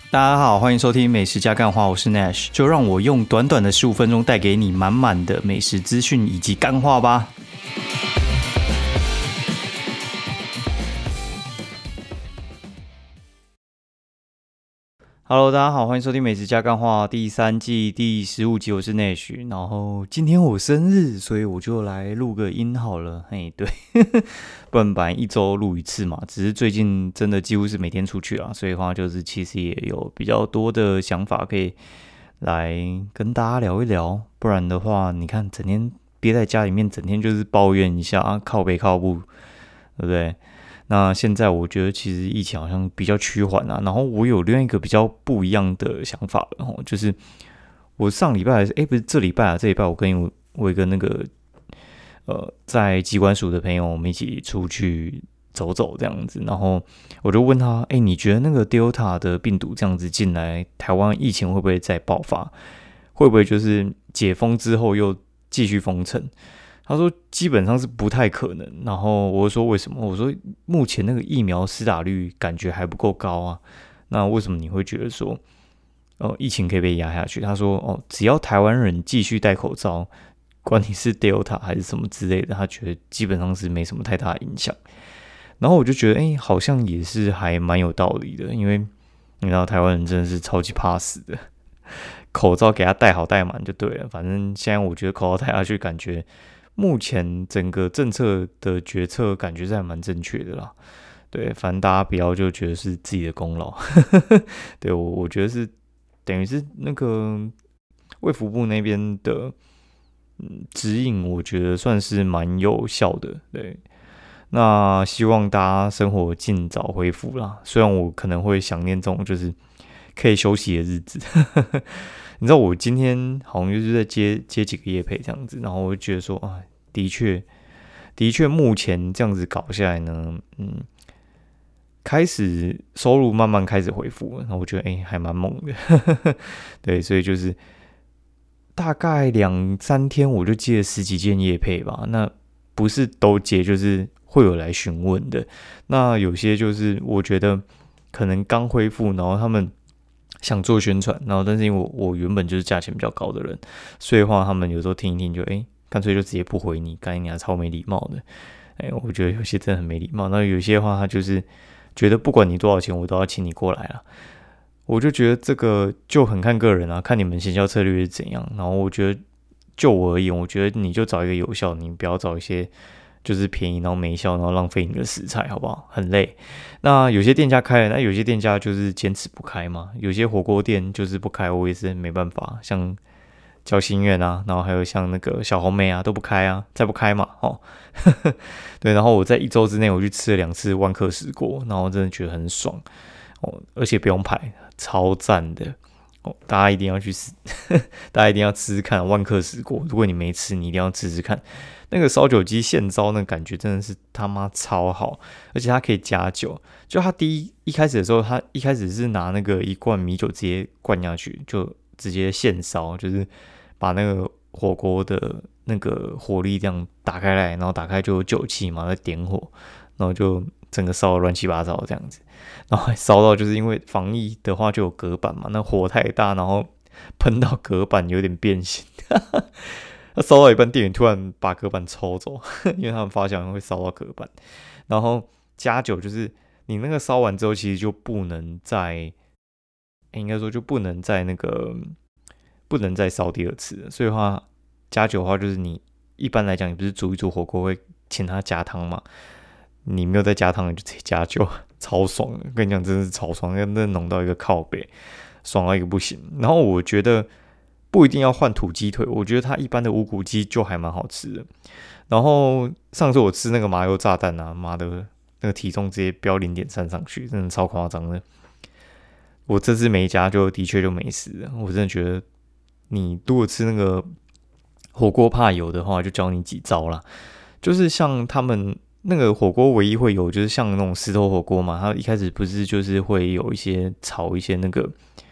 大家好，欢迎收听美食加干话，我是 Nash， 就让我用短短的15分钟带给你满满的美食资讯以及干话吧。Hello， 大家好，欢迎收听美食加干话第3季第15集，我是 Nash。然后今天我生日，所以我就来录个音好了。嘿，对，不然本来1周录1次嘛，只是最近真的几乎是每天出去啊，所以的话就是其实也有比较多的想法可以来跟大家聊一聊。不然的话，你看整天憋在家里面，整天就是抱怨一下啊，靠北靠步，对不对？那现在我觉得其实疫情好像比较趋缓啊，然后我有另外一个比较不一样的想法了，就是我上礼拜不是这礼拜啊，这礼拜我跟我一个那个在机关署的朋友，我们一起出去走走这样子，然后我就问他，你觉得那个 Delta 的病毒这样子进来台湾，疫情会不会再爆发？会不会就是解封之后又继续封城？他说基本上是不太可能，然后我就说为什么？我说目前那个疫苗施打率感觉还不够高啊，那为什么你会觉得说，疫情可以被压下去？他说只要台湾人继续戴口罩，管你是 Delta 还是什么之类的，他觉得基本上是没什么太大的影响。然后我就觉得，好像也是还蛮有道理的，因为你知道台湾人真的是超级怕死的，口罩给他戴好戴满就对了。反正现在我觉得口罩戴下去，感觉目前整个政策的决策感觉是还蛮正确的啦。对，反正大家不要就觉得是自己的功劳。对，我觉得是等于是那个卫福部那边的指引，我觉得算是蛮有效的。对，那希望大家生活尽早恢复啦。虽然我可能会想念这种就是可以休息的日子。你知道我今天好像就是在接几个业配这样子，然后我就觉得说的确目前这样子搞下来呢，开始收入慢慢开始恢复了，然后我觉得还蛮猛的。对，所以就是大概2-3天我就接了10几件业配吧，那不是都接，就是会有来询问的。那有些就是我觉得可能刚恢复，然后他们想做宣传，然后但是因为我原本就是价钱比较高的人，所以的话他们有时候听一听就干脆就直接不回你，干你超没礼貌的。我觉得有些真的很没礼貌。那有些的话他就是觉得不管你多少钱，我都要请你过来啦。我就觉得这个就很看个人啊，看你们行销策略是怎样。然后我觉得就我而言，我觉得你就找一个有效，你不要找一些就是便宜然后没效，然后浪费你的食材，好不好？很累。那有些店家开了，那有些店家就是坚持不开嘛。有些火锅店就是不开，我也是没办法。像交心苑啊，然后还有像那个小红梅啊，都不开啊，再不开嘛，对，然后我在1周之内我去吃了2次万客石锅，然后真的觉得很爽而且不用排，超赞的大家一定要去吃，大家一定要吃吃看万客石锅。如果你没吃，你一定要吃吃看。那个烧酒鸡现烧那感觉真的是他妈超好，而且它可以加酒。就他一开始的时候，他一开始是拿那个1罐米酒直接灌下去，就直接现烧，就是把那个火锅的那个火力这样打开来，然后打开就有酒气嘛，再点火，然后就整个烧得乱七八糟这样子。然后还烧到就是因为防疫的话就有隔板嘛，那火太大，然后喷到隔板有点变形。那烧到一半，店员突然把隔板抽走，因为他们发现会烧到隔板。然后加酒就是你那个烧完之后，其实就不能再，应该说就不能再不能再烧第2次了。所以的话加酒的话，就是你一般来讲，你不是煮一煮火锅会请他加汤嘛？你没有再加汤，你就直接加酒，超爽的。跟你讲，真的是超爽，真的浓到一个靠北，爽到一个不行。然后我觉得不一定要换土鸡腿，我觉得它一般的无骨鸡就还蛮好吃的。然后上次我吃那个麻油炸弹啊，妈的，那个体重直接飙0.3上去，真的超夸张的。我这次没加，就的确就没事了。我真的觉得，你如果吃那个火锅怕油的话，就教你几招啦。就是像他们那个火锅唯一会有，就是像那种石头火锅嘛，它一开始不是就是会有一些炒一些那个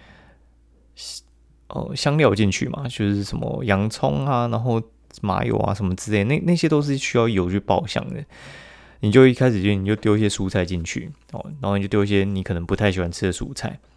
香料进去嘛，就是什么洋葱啊，然后麻油啊什么之类的，那些都是需要油去爆香的。你就一开始你就丢一些蔬菜进去然后你就丢一些你可能不太喜欢吃的蔬菜，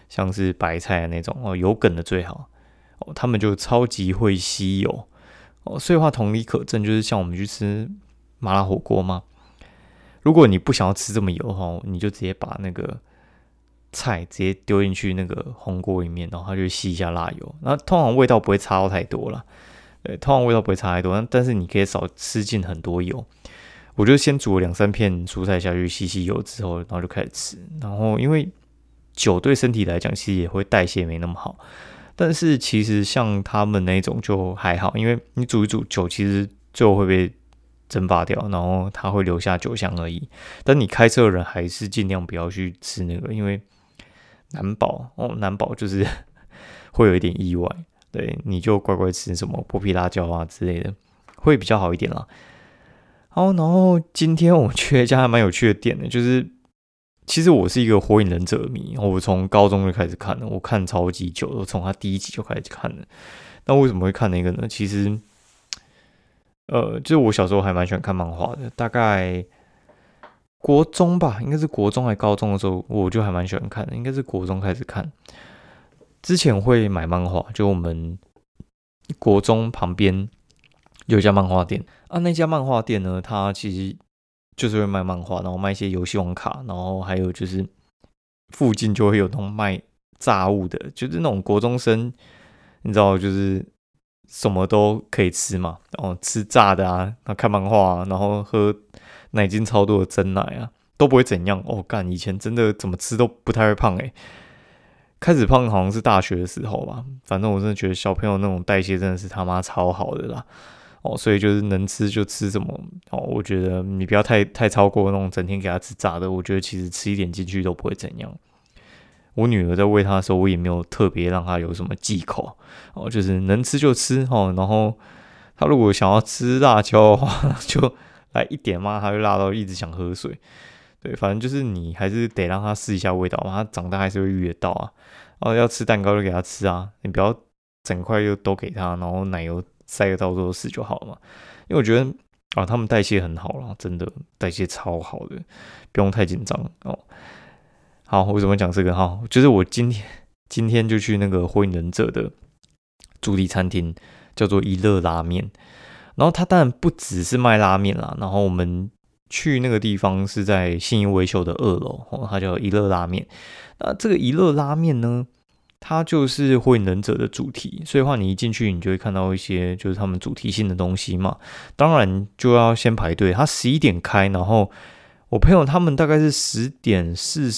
像是白菜那种有梗的最好他们就超级会吸油所以话同理可证，就是像我们去吃麻辣火锅嘛，如果你不想要吃这么油你就直接把那个菜直接丢进去那个红锅里面，然后它就吸一下辣油，那通常味道不会差到太多啦，对，通常味道不会差太多，但是你可以少吃进很多油。我就先煮了2-3片蔬菜下去吸油之后，然后就开始吃。然后因为酒对身体来讲其实也会代谢没那么好，但是其实像他们那种就还好，因为你煮一煮酒其实最后会被蒸发掉，然后它会留下酒香而已。但你开车的人还是尽量不要去吃那个，因为难保就是会有一点意外。对，你就乖乖吃什么剥皮辣椒啊之类的，会比较好一点啦。好，然后今天我去了一家还蛮有趣的店的，就是其实我是一个火影忍者迷，我从高中就开始看了，我看超级久，我从他第1集就开始看了。那为什么会看那个呢？其实，就是我小时候还蛮喜欢看漫画的，大概国中吧，应该是国中还高中的时候，我就还蛮喜欢看的，应该是国中开始看。之前会买漫画，就我们国中旁边有一家漫画店那家漫画店呢，它其实就是会卖漫画，然后卖一些游戏王卡，然后还有就是附近就会有那种卖炸物的，就是那种国中生，你知道，就是什么都可以吃嘛，吃炸的然后看漫画然后喝奶精超多的珍奶都不会怎样干，以前真的怎么吃都不太会胖开始胖好像是大学的时候吧，反正我真的觉得小朋友那种代谢真的是他妈超好的啦。所以就是能吃就吃什么我觉得你不要太超过那种整天给他吃炸的，我觉得其实吃一点进去都不会怎样。我女儿在喂她的时候，我也没有特别让她有什么忌口就是能吃就吃然后她如果想要吃辣椒的话，就来一点嘛，她会辣到一直想喝水。对，反正就是你还是得让她试一下味道嘛，她长大还是会遇得到要吃蛋糕就给她吃你不要整块就都给她，然后奶油塞个到处都是就好了嘛。因为我觉得他们代谢很好了，真的代谢超好的，不用太紧张好，为什么讲这个就是我今天就去那个火影忍者的主题餐厅，叫做一乐拉面。然后它当然不只是卖拉面啦，然后我们去那个地方是在信义威秀的2楼它叫一乐拉面。那这个一乐拉面呢，它就是火影忍者的主题，所以话你一进去，你就会看到一些就是他们主题性的东西嘛。当然就要先排队，它11点开，然后我朋友他们大概是10点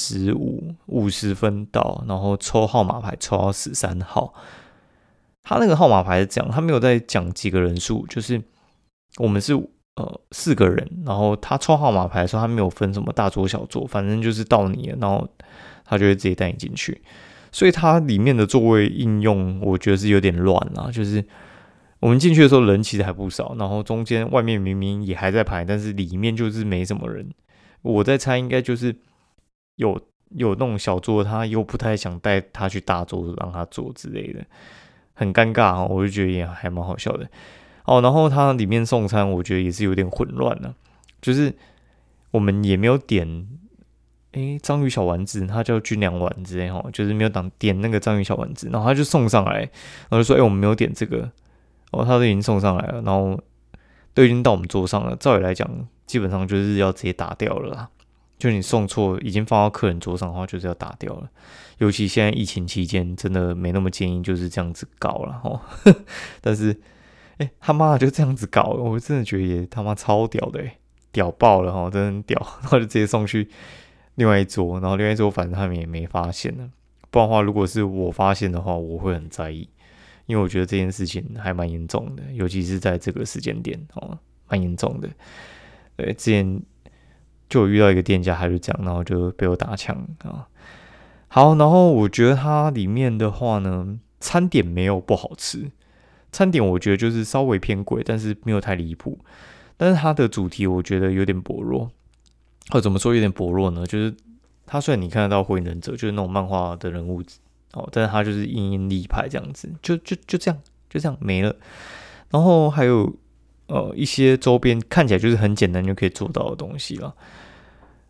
45、50分到，然后抽号码牌抽到13号。他那个号码牌是这样，他没有在讲几个人数，就是我们是4个人，然后他抽号码牌的时候，他没有分什么大桌小桌，反正就是到你了，然后他就会直接带你进去。所以它里面的座位应用，我觉得是有点乱啦。就是我们进去的时候人其实还不少，然后中间外面明明也还在排，但是里面就是没什么人。我在猜应该就是有那种小桌，他又不太想带他去大桌让他坐之类的，很尴尬我就觉得也还蛮好笑的然后它里面送餐我觉得也是有点混乱了，就是我们也没有点章鱼小丸子，它叫军粮丸之类就是没有点那个章鱼小丸子，然后他就送上来，然后就说我们没有点这个他都已经送上来了，然后都已经到我们桌上了，照理来讲基本上就是要直接打掉了啦，就你送错已经放到客人桌上的话就是要打掉了，尤其现在疫情期间真的没那么建议就是这样子搞了但是他妈就这样子搞，我真的觉得也他妈超屌的屌爆了真的很屌，然后就直接送去另外一桌，然后另外一桌反正他们也没发现了，不然的话如果是我发现的话我会很在意，因为我觉得这件事情还蛮严重的，尤其是在这个时间点蛮严重的。对，之前就有遇到一个店家他就这样，然后就被我打枪好，然后我觉得它里面的话呢，餐点没有不好吃，餐点我觉得就是稍微偏贵，但是没有太离谱。但是它的主题我觉得有点薄弱，怎么说有点薄弱呢？就是它虽然你看得到火影忍者，就是那种漫画的人物但是它就是阴阴立派这样子，就这样没了。然后还有一些周边看起来就是很简单就可以做到的东西啦。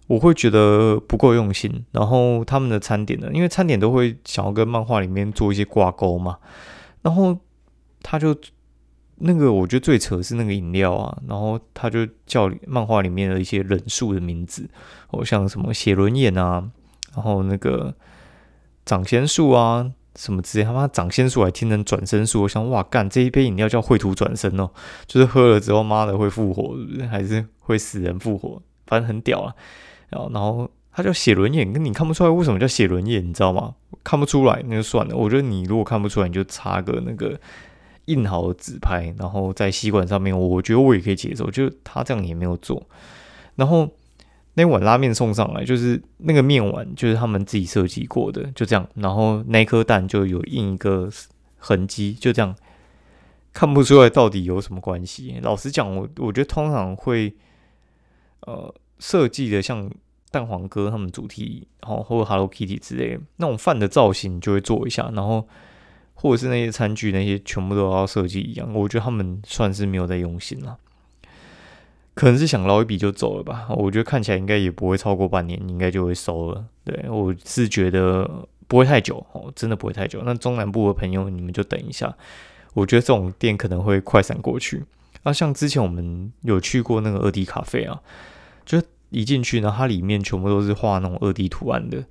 我会觉得不够用心。然后他们的餐点呢，因为餐点都会想要跟漫画里面做一些挂钩嘛，然后他就那个我觉得最扯的是那个饮料啊，然后他就叫漫画里面的一些忍术的名字，像什么写轮眼啊，然后那个掌仙术啊什么之类，他妈掌仙术还听成转身术，我想哇干，这一杯饮料叫绘图转身哦，就是喝了之后妈的会复活，是不是？还是会使人复活，反正很屌啊。然后他叫写轮眼，跟你看不出来为什么叫写轮眼，你知道吗？看不出来那就算了，我觉得你如果看不出来，你就插个那个印好的纸牌，然后在吸管上面，我觉得我也可以接受，就他这样也没有做。然后那碗拉面送上来，就是那个面碗就是他们自己设计过的，就这样。然后那颗蛋就有印一个痕迹，就这样，看不出来到底有什么关系。老实讲，我觉得通常会设计的像蛋黄哥他们主题，或者 Hello Kitty 之类的那种饭的造型就会做一下，然后或者是那些餐具那些全部都要设计一样。我觉得他们算是没有在用心啦。可能是想捞一笔就走了吧，我觉得看起来应该也不会超过半年，应该就会收了。对，我是觉得不会太久真的不会太久。那中南部的朋友你们就等一下，我觉得这种店可能会快闪过去。像之前我们有去过那个2D咖啡啊，就一进去呢，它里面全部都是画那种2D 图案的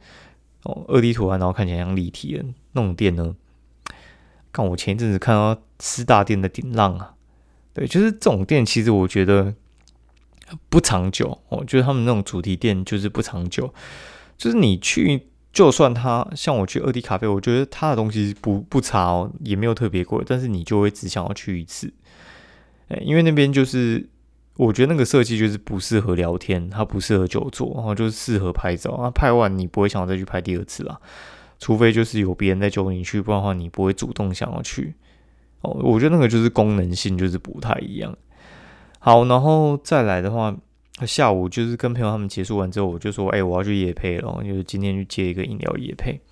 2D 图案，然后看起来像立体的那种店呢。看我前一阵子看到师大店的顶浪啊，对，就是这种店，其实我觉得不长久就是他们那种主题店就是不长久，就是你去，就算他像我去2D咖啡，我觉得他的东西不差也没有特别贵，但是你就会只想要去一次，因为那边就是我觉得那个设计就是不适合聊天，它不适合久坐，然后就是适合拍照，拍完你不会想要再去拍第二次啦，除非就是有别人在揪你去，不然的话你不会主动想要去我觉得那个就是功能性就是不太一样。好，然后再来的话，下午就是跟朋友他们结束完之后，我就说，我要去业配了，就是今天去接一个饮料业配，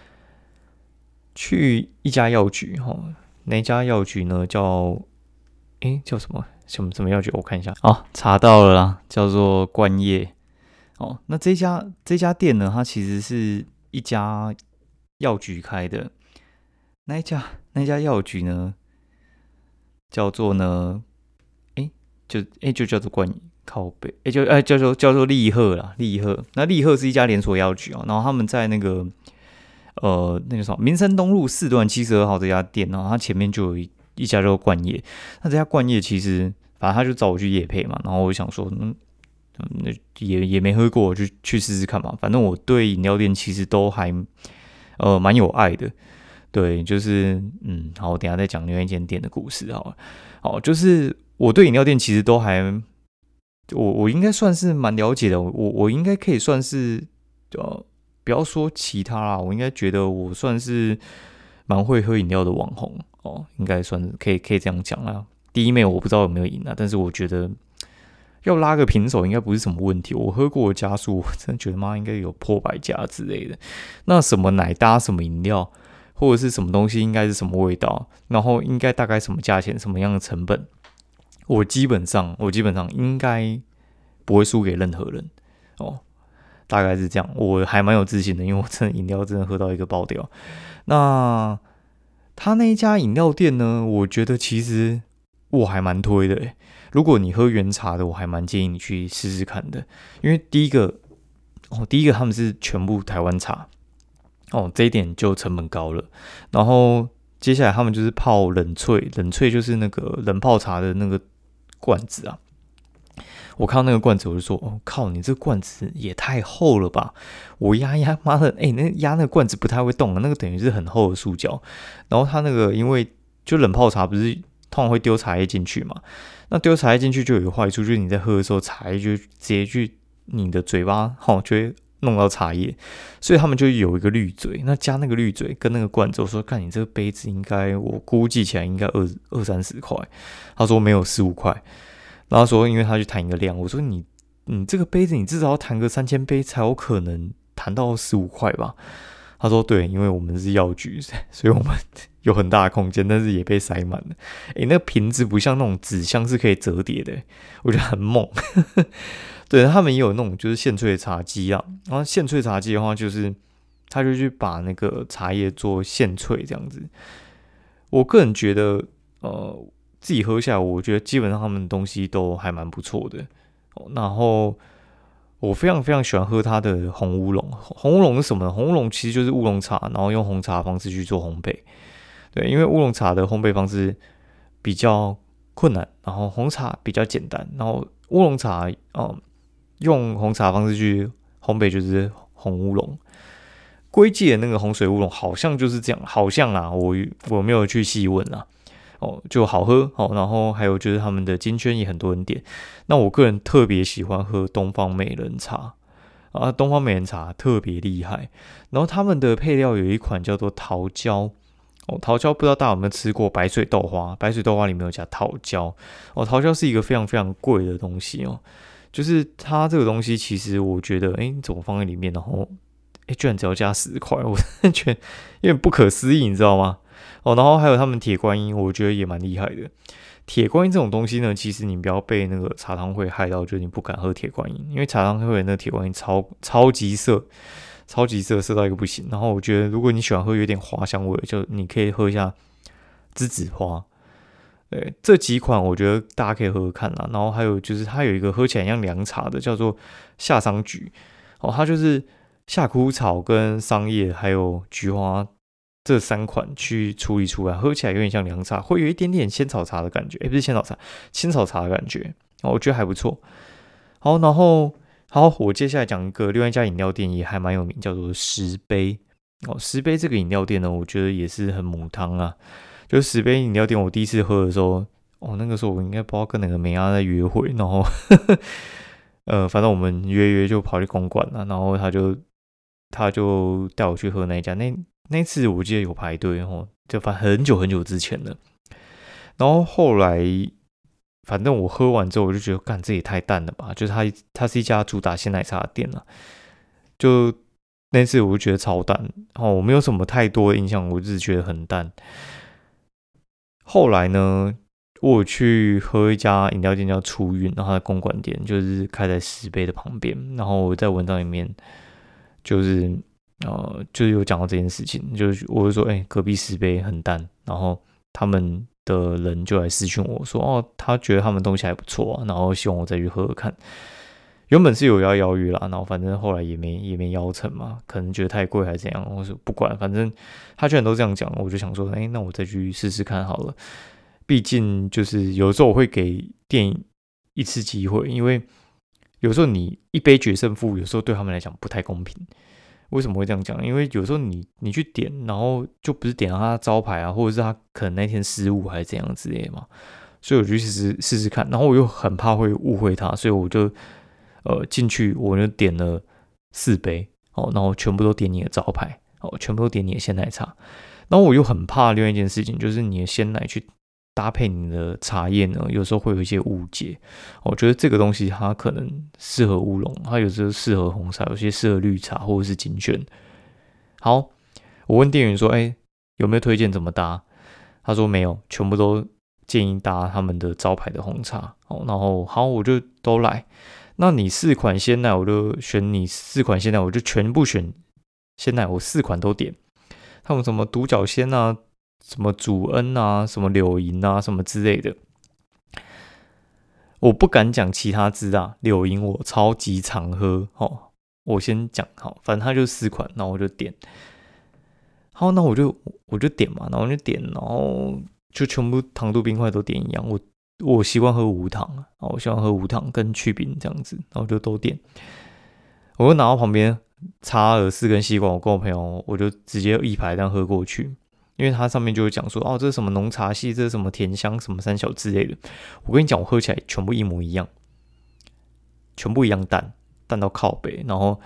去一家药局那家药局呢叫什么药局？我看一下查到了啦，叫做冠业那这家店呢，它其实是一家药局开的，那一家药局呢，叫做呢。就叫做靠北，叫做利赫啦，利赫。那利赫是一家连锁药局然后他们在那个什么民生东路4段72号这家店，然后它前面就有一家叫冠业。那这家冠业其实反正他就找我去业配嘛，然后我想说也没喝过，我就去试试看嘛。反正我对饮料店其实都还蛮有爱的。对，就是好，我等一下再讲另外一间店的故事好了。好，就是我对饮料店其实都还，我应该算是蛮了解的。我应该可以算是不要说其他啦，我应该觉得我算是蛮会喝饮料的网红应该算是可以这样讲啦。第一妹我不知道有没有赢啊，但是我觉得要拉个平手应该不是什么问题。我喝过的家数，我真的觉得妈应该有破100家之类的。那什么奶搭什么饮料，或者是什么东西应该是什么味道，然后应该大概什么价钱，什么样的成本，我基本上应该不会输给任何人大概是这样。我还蛮有自信的，因为我真的饮料真的喝到一个爆掉。那他那一家饮料店呢，我觉得其实我还蛮推的如果你喝原茶的，我还蛮建议你去试试看的。因为第一个他们是全部台湾茶这一点就成本高了。然后接下来他们就是泡冷萃就是那个冷泡茶的那个罐子啊。我看到那个罐子，我就说靠，你这个罐子也太厚了吧！我压妈的，那压那个罐子不太会动那个等于是很厚的塑胶。然后它那个因为就冷泡茶不是通常会丢茶叶进去嘛，那丢茶叶进去就有一个坏处，就是你在喝的时候茶叶就直接去你的嘴巴就会弄到茶叶，所以他们就有一个滤嘴。那加那个滤嘴跟那个罐子，我说看你这个杯子应该我估计起来应该20-30块，他说没有15块。然后说，因为他去谈一个量，我说你这个杯子你至少要谈个3000杯才有可能谈到15块吧？他说对，因为我们是药局，所以我们有很大的空间，但是也被塞满了。那个瓶子不像那种纸箱是可以折叠的，我觉得很猛。 对，他们也有那种就是现萃茶机啊，然后现萃茶机的话，就是他就去把那个茶叶做现萃这样子。我个人觉得，自己喝下来，我觉得基本上他们的东西都还蛮不错的。然后我非常非常喜欢喝它的红乌龙。红乌龙是什么呢？红乌龙其实就是乌龙茶，然后用红茶的方式去做烘焙。对，因为乌龙茶的烘焙方式比较困难，然后红茶比较简单，然后乌龙茶，用红茶的方式去烘焙就是红乌龙。龟记的那个红水乌龙好像就是这样，好像啦，我没有去细问啦。就好喝然后还有就是他们的金萱也很多人点。那我个人特别喜欢喝东方美人茶啊，东方美人茶特别厉害。然后他们的配料有一款叫做桃胶。桃胶不知道大家有没有吃过白水豆花？白水豆花里面有加桃胶。桃胶是一个非常非常贵的东西就是它这个东西其实我觉得，你怎么放在里面，然后居然只要加10块，我真的觉得有点不可思议，你知道吗？然后还有他们铁观音，我觉得也蛮厉害的。铁观音这种东西呢，其实你不要被那个茶汤会害到，就是你不敢喝铁观音，因为茶汤会那个铁观音超级涩，超级涩到一个不行。然后我觉得，如果你喜欢喝有点花香味，就你可以喝一下栀子花。对，这几款我觉得大家可以喝喝看啦。然后还有就是它有一个喝起来像凉茶的，叫做夏桑菊。它就是夏枯草跟桑叶还有菊花这3款去处理出来，喝起来有点像凉茶，会有一点点仙草茶的感觉，不是仙草茶，青草茶的感觉，我觉得还不错。好，然后我接下来讲一个另外一家饮料店也还蛮有名，叫做石碑。石碑这个饮料店呢，我觉得也是很母汤啊。就是石碑饮料店，我第一次喝的时候，那个时候我应该不知道跟哪个美亚在约会，然后反正我们约就跑去公馆了，然后他就带我去喝那一家，那次我记得有排队就反正很久很久之前了。然后后来，反正我喝完之后，我就觉得，干这也太淡了吧！就是它是一家主打鲜奶茶的店了，就那次我就觉得超淡，我没有什么太多的印象，我只是觉得很淡。后来呢，我有去喝一家饮料店叫初韵，然后它的公馆店就是开在石碑的旁边。然后我在文章里面就是有讲到这件事情，就是我就说，隔壁石碑很淡，然后他们的人就来私讯我说，他觉得他们东西还不错啊，然后希望我再去喝喝看。原本是有要邀约啦，然后反正后来也没邀成嘛，可能觉得太贵还是怎样，我说不管，反正他居然都这样讲，我就想说，那我再去试试看好了。毕竟就是有时候我会给店一次机会，因为有时候你一杯决胜负，有时候对他们来讲不太公平。为什么会这样讲？因为有时候你去点，然后就不是点到他的招牌啊，或者是他可能那天失误还是怎样之类的嘛，所以我就试试看。然后我又很怕会误会他，所以我就进去我就点了4杯然后全部都点你的招牌全部都点你的鲜奶茶。然后我又很怕另外一件事情，就是你的鲜奶去搭配你的茶叶呢，有时候会有一些误解。我觉得这个东西它可能适合乌龙，它有时候适合红茶，有些适合绿茶或者是金萱。好，我问店员说，有没有推荐怎么搭？他说没有，全部都建议搭他们的招牌的红茶。然后好，我就都来。那你4款鲜奶，我就选你4款鲜奶，我就全部选鲜奶，我4款都点。他们什么独角仙啊，什么祖恩啊，什么柳银啊，什么之类的，我不敢讲其他支啊。柳银我超级常喝我先讲好，反正它就4款，然后我就点。好，那我就点嘛，然后就点，然后就全部糖度冰块都点一样。我习惯喝无糖我喜欢喝无糖跟去冰这样子，然后就都点。我就拿到旁边插了4根吸管，我跟我朋友我就直接一排这样喝过去，因为它上面就会讲说这是什么浓茶系，这是什么甜香什么3小之类的。我跟你讲，我喝起来全部一模一样，全部一样淡到靠北。然后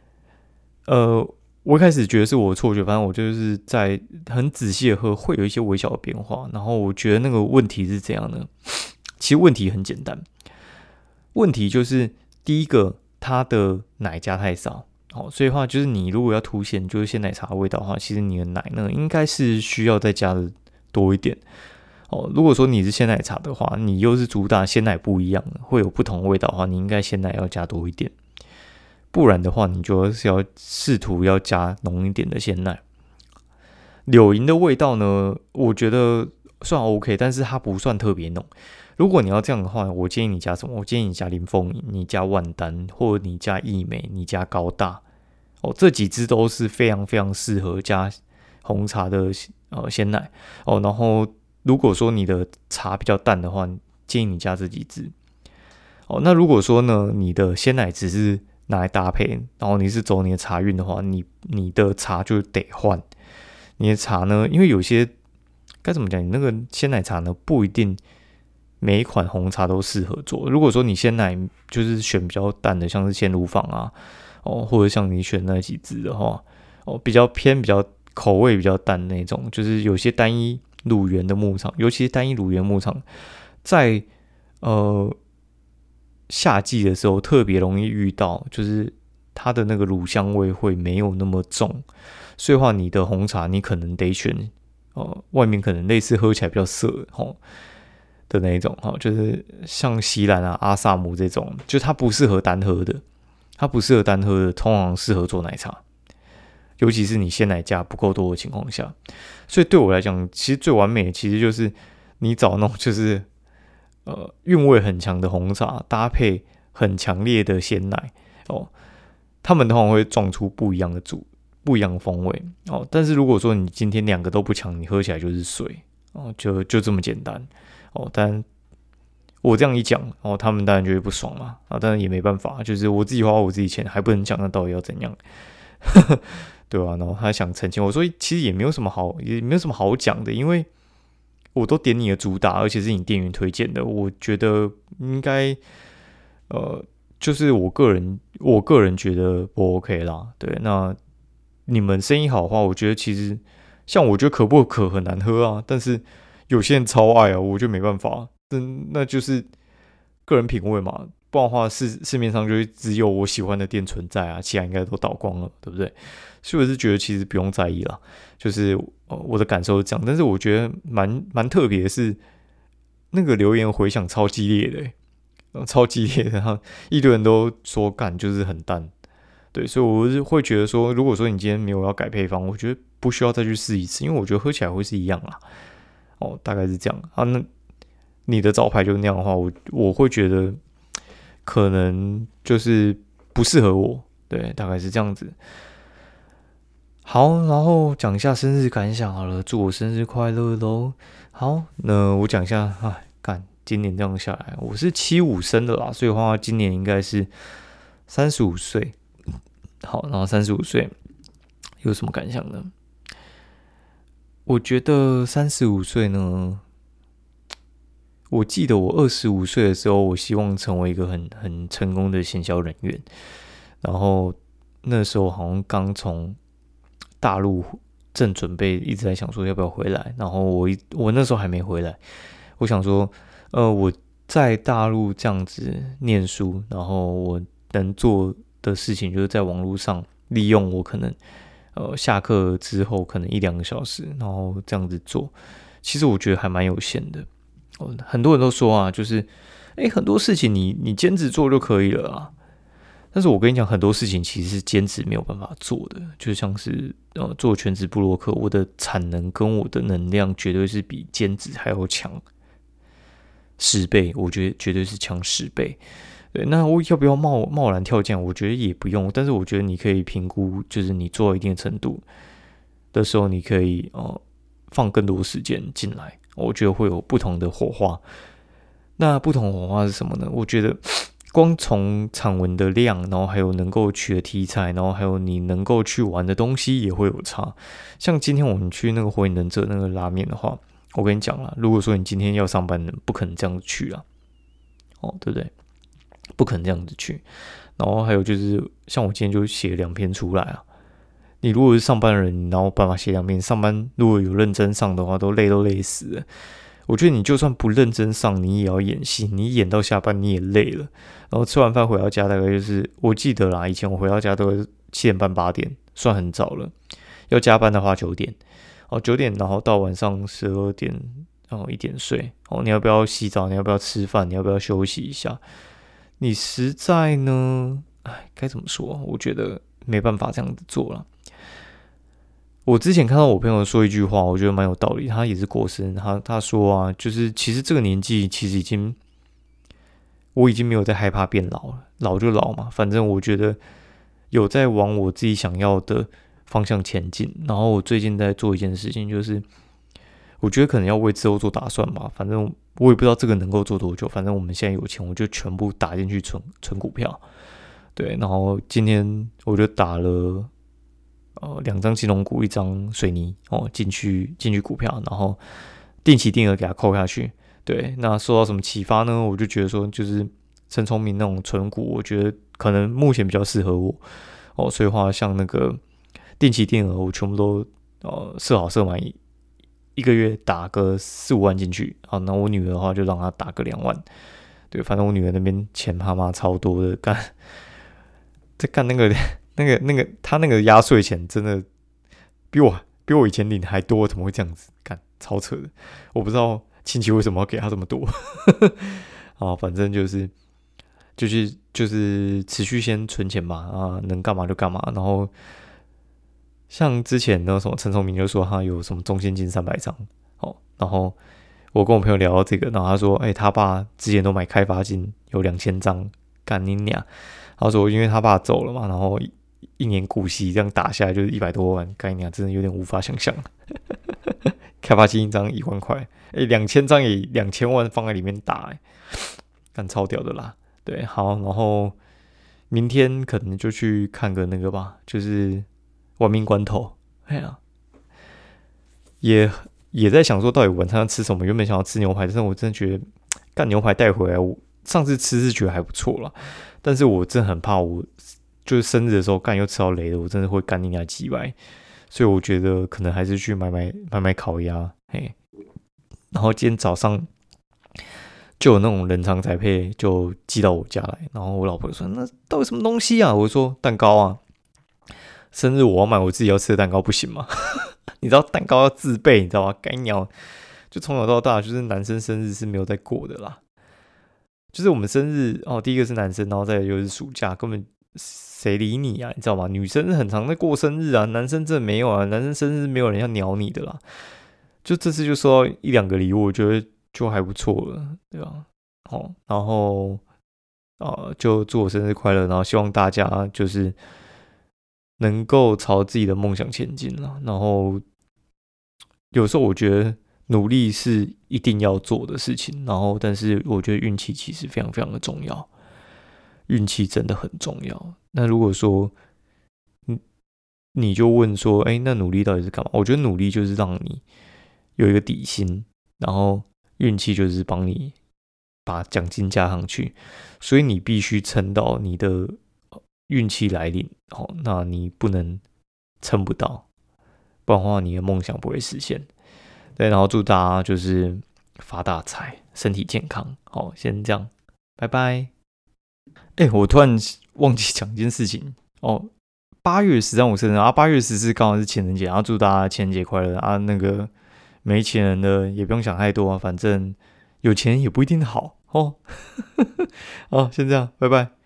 我一开始觉得是我的错觉，反正我就是在很仔细的喝，会有一些微小的变化。然后我觉得那个问题是怎样呢？其实问题很简单，问题就是第一个，它的奶加太少，所以的话就是你如果要凸显就是鲜奶茶的味道的话，其实你的奶呢应该是需要再加的多一点。 如果说你是鲜奶茶的话，你又是主打鲜奶不一样，会有不同的味道的话，你应该鲜奶要加多一点，不然的话，你就是要试图要加浓一点的鲜奶。柳营的味道呢，我觉得算 OK， 但是它不算特别浓。如果你要这样的话，我建议你加什么？我建议你加林凤营，你加万丹，或者你加益美，你加高大。这几支都是非常非常适合加红茶的鲜奶。然后如果说你的茶比较淡的话，建议你加这几支。那如果说呢，你的鲜奶只是拿来搭配，然后你是走你的茶运的话，你的茶就得换。你的茶呢，因为有些该怎么讲，你那个鲜奶茶呢，不一定每一款红茶都适合做。如果说你鲜奶就是选比较淡的，像是鲜乳坊啊，或者像你选那几支的话，比较口味比较淡那种，就是有些单一乳源的牧场，尤其是单一乳源牧场，在夏季的时候特别容易遇到，就是它的那个乳香味会没有那么重。所以的话，你的红茶你可能得选，外面可能类似喝起来比较涩的那一种，就是像锡兰啊、阿萨姆这种，就它不适合单喝的，通常适合做奶茶，尤其是你鲜奶加不够多的情况下。所以对我来讲，其实最完美的其实就是你找那种就是韵味很强的红茶，搭配很强烈的鲜奶他们通常会撞出不一样的风味但是如果说你今天两个都不强，你喝起来就是水就这么简单但我这样一讲他们当然就会不爽嘛当然也没办法，就是我自己花我自己钱，还不能讲那到底要怎样，对吧？然后他想澄清，我说其实也没有什么好讲的，因为我都点你的主打，而且是你店员推荐的，我觉得应该就是我个人觉得不 OK 啦。对，那你们生意好的话，我觉得其实像我觉得可不可很难喝啊，但是有些人超爱啊，我就没办法，那就是个人品味嘛。不然的话，市面上就只有我喜欢的店存在啊，其他应该都倒光了，对不对？所以我是觉得其实不用在意啦，就是我的感受是这样。但是我觉得蛮特别的是，那个留言回响超激烈的超激烈的，然后一堆人都说干就是很淡，对，所以我是会觉得说，如果说你今天没有要改配方，我觉得不需要再去试一次，因为我觉得喝起来会是一样啦。大概是这样啊。那你的招牌就那样的话，我会觉得可能就是不适合我，对，大概是这样子。好，然后讲一下生日感想好了，祝我生日快乐咯。好，那我讲一下，今年这样下来，我是75生的啦，所以的话今年应该是35岁。好，然后35岁有什么感想呢？我觉得35岁呢，我记得我25岁的时候，我希望成为一个很成功的行销人员，然后那时候好像刚从大陆正准备一直在想说要不要回来，然后我那时候还没回来，我想说我在大陆这样子念书，然后我能做的事情就是在网络上利用我可能下课之后可能1-2个小时，然后这样子做，其实我觉得还蛮有限的。很多人都说啊，就是很多事情你兼职做就可以了啊。但是我跟你讲，很多事情其实是兼职没有办法做的，就像是做全职部落客，我的产能跟我的能量绝对是比兼职还要强10倍，我觉得绝对是强10倍。对，那我要不要贸然跳降？我觉得也不用，但是我觉得你可以评估，就是你做到一定的程度的时候，你可以放更多时间进来，我觉得会有不同的火花。那不同的火花是什么呢？我觉得光从产文的量，然后还有能够取的题材，然后还有你能够去玩的东西也会有差。像今天我们去那个火影忍者那个拉面的话，我跟你讲啦，如果说你今天要上班的，不可能这样子去啊，对不对？不可能这样子去。然后还有就是，像我今天就写2篇出来啊。你如果是上班的人，然后办法写2篇，上班如果有认真上的话，都累死了。我觉得你就算不认真上，你也要演戏，你演到下班你也累了。然后吃完饭回到家，大概就是我记得啦，以前我回到家都是7点半8点，算很早了。要加班的话9点，9点，然后到晚上12点一点睡你要不要洗澡？你要不要吃饭？你要不要休息一下？你实在呢，该怎么说？我觉得没办法这样子做了。我之前看到我朋友说一句话，我觉得蛮有道理。他也是过生，他说啊，就是其实这个年纪，其实我已经没有在害怕变老了，老就老嘛，反正我觉得有在往我自己想要的方向前进。然后我最近在做一件事情，就是我觉得可能要为之后做打算吧。反正我也不知道这个能够做多久，反正我们现在有钱，我就全部打进去存股票。对，然后今天我就打了2张金融股，1张水泥进去股票，然后定期定额给它扣下去。对，那受到什么启发呢？我就觉得说，就是陈聪明那种存股，我觉得可能目前比较适合我所以话像那个定期定额，我全部都设满一个月打个4-5万进去。好，那我女儿的话就让她打个2万。对，反正我女儿那边钱他妈超多的，在干那个他那个压岁钱真的比我以前领还多，怎么会这样子干？超扯的，我不知道亲戚为什么要给他这么多。反正就是持续先存钱嘛，能干嘛就干嘛。然后像之前那什么陈崇明就说他有什么中现金300张，然后我跟我朋友聊到这个，然后他说，他爸之前都买开发金有2000张，干你娘！他说因为他爸走了嘛，然后一年股息这样打下来就是100多万，干你娘，真的有点无法想象。开发金1张1万块，2000张也2000万放在里面打，干超屌的啦。对，好，然后明天可能就去看个那个吧，就是玩命关头。也在想说到底晚餐要吃什么，原本想要吃牛排，但是我真的觉得干牛排带回来，我上次吃是觉得还不错啦，但是我真的很怕我就是生日的时候干又吃到雷的，我真的会干你娘鸡掰，所以我觉得可能还是去买烤鸭，然后今天早上就有那种冷藏宅配就寄到我家来，然后我老婆说那到底什么东西啊？我说蛋糕啊，生日我要买我自己要吃的蛋糕不行吗？你知道蛋糕要自备，你知道吗？该鸟，就从小到大就是男生生日是没有在过的啦。就是我们生日第一个是男生，然后再来又是暑假，根本谁理你啊？你知道吗？女生很常在过生日啊，男生真的没有啊。男生生日没有人要鸟你的啦。就这次就收到1-2个礼物，我觉得就还不错了，对吧？然后就祝我生日快乐，然后希望大家就是能够朝自己的梦想前进啦。然后有时候我觉得努力是一定要做的事情，然后但是我觉得运气其实非常非常的重要，运气真的很重要。那如果说你就问说，那努力到底是干嘛？我觉得努力就是让你有一个底薪，然后运气就是帮你把奖金加上去，所以你必须撑到你的运气来临，那你不能撑不到，不然的话你的梦想不会实现。对，然后祝大家就是发大财，身体健康。好，先这样，拜拜。我突然忘记讲一件事情8月13我生日8月14刚好是情人节，然后祝大家情人节快乐啊！那个没钱人的也不用想太多反正有钱也不一定好好，先这样，拜拜。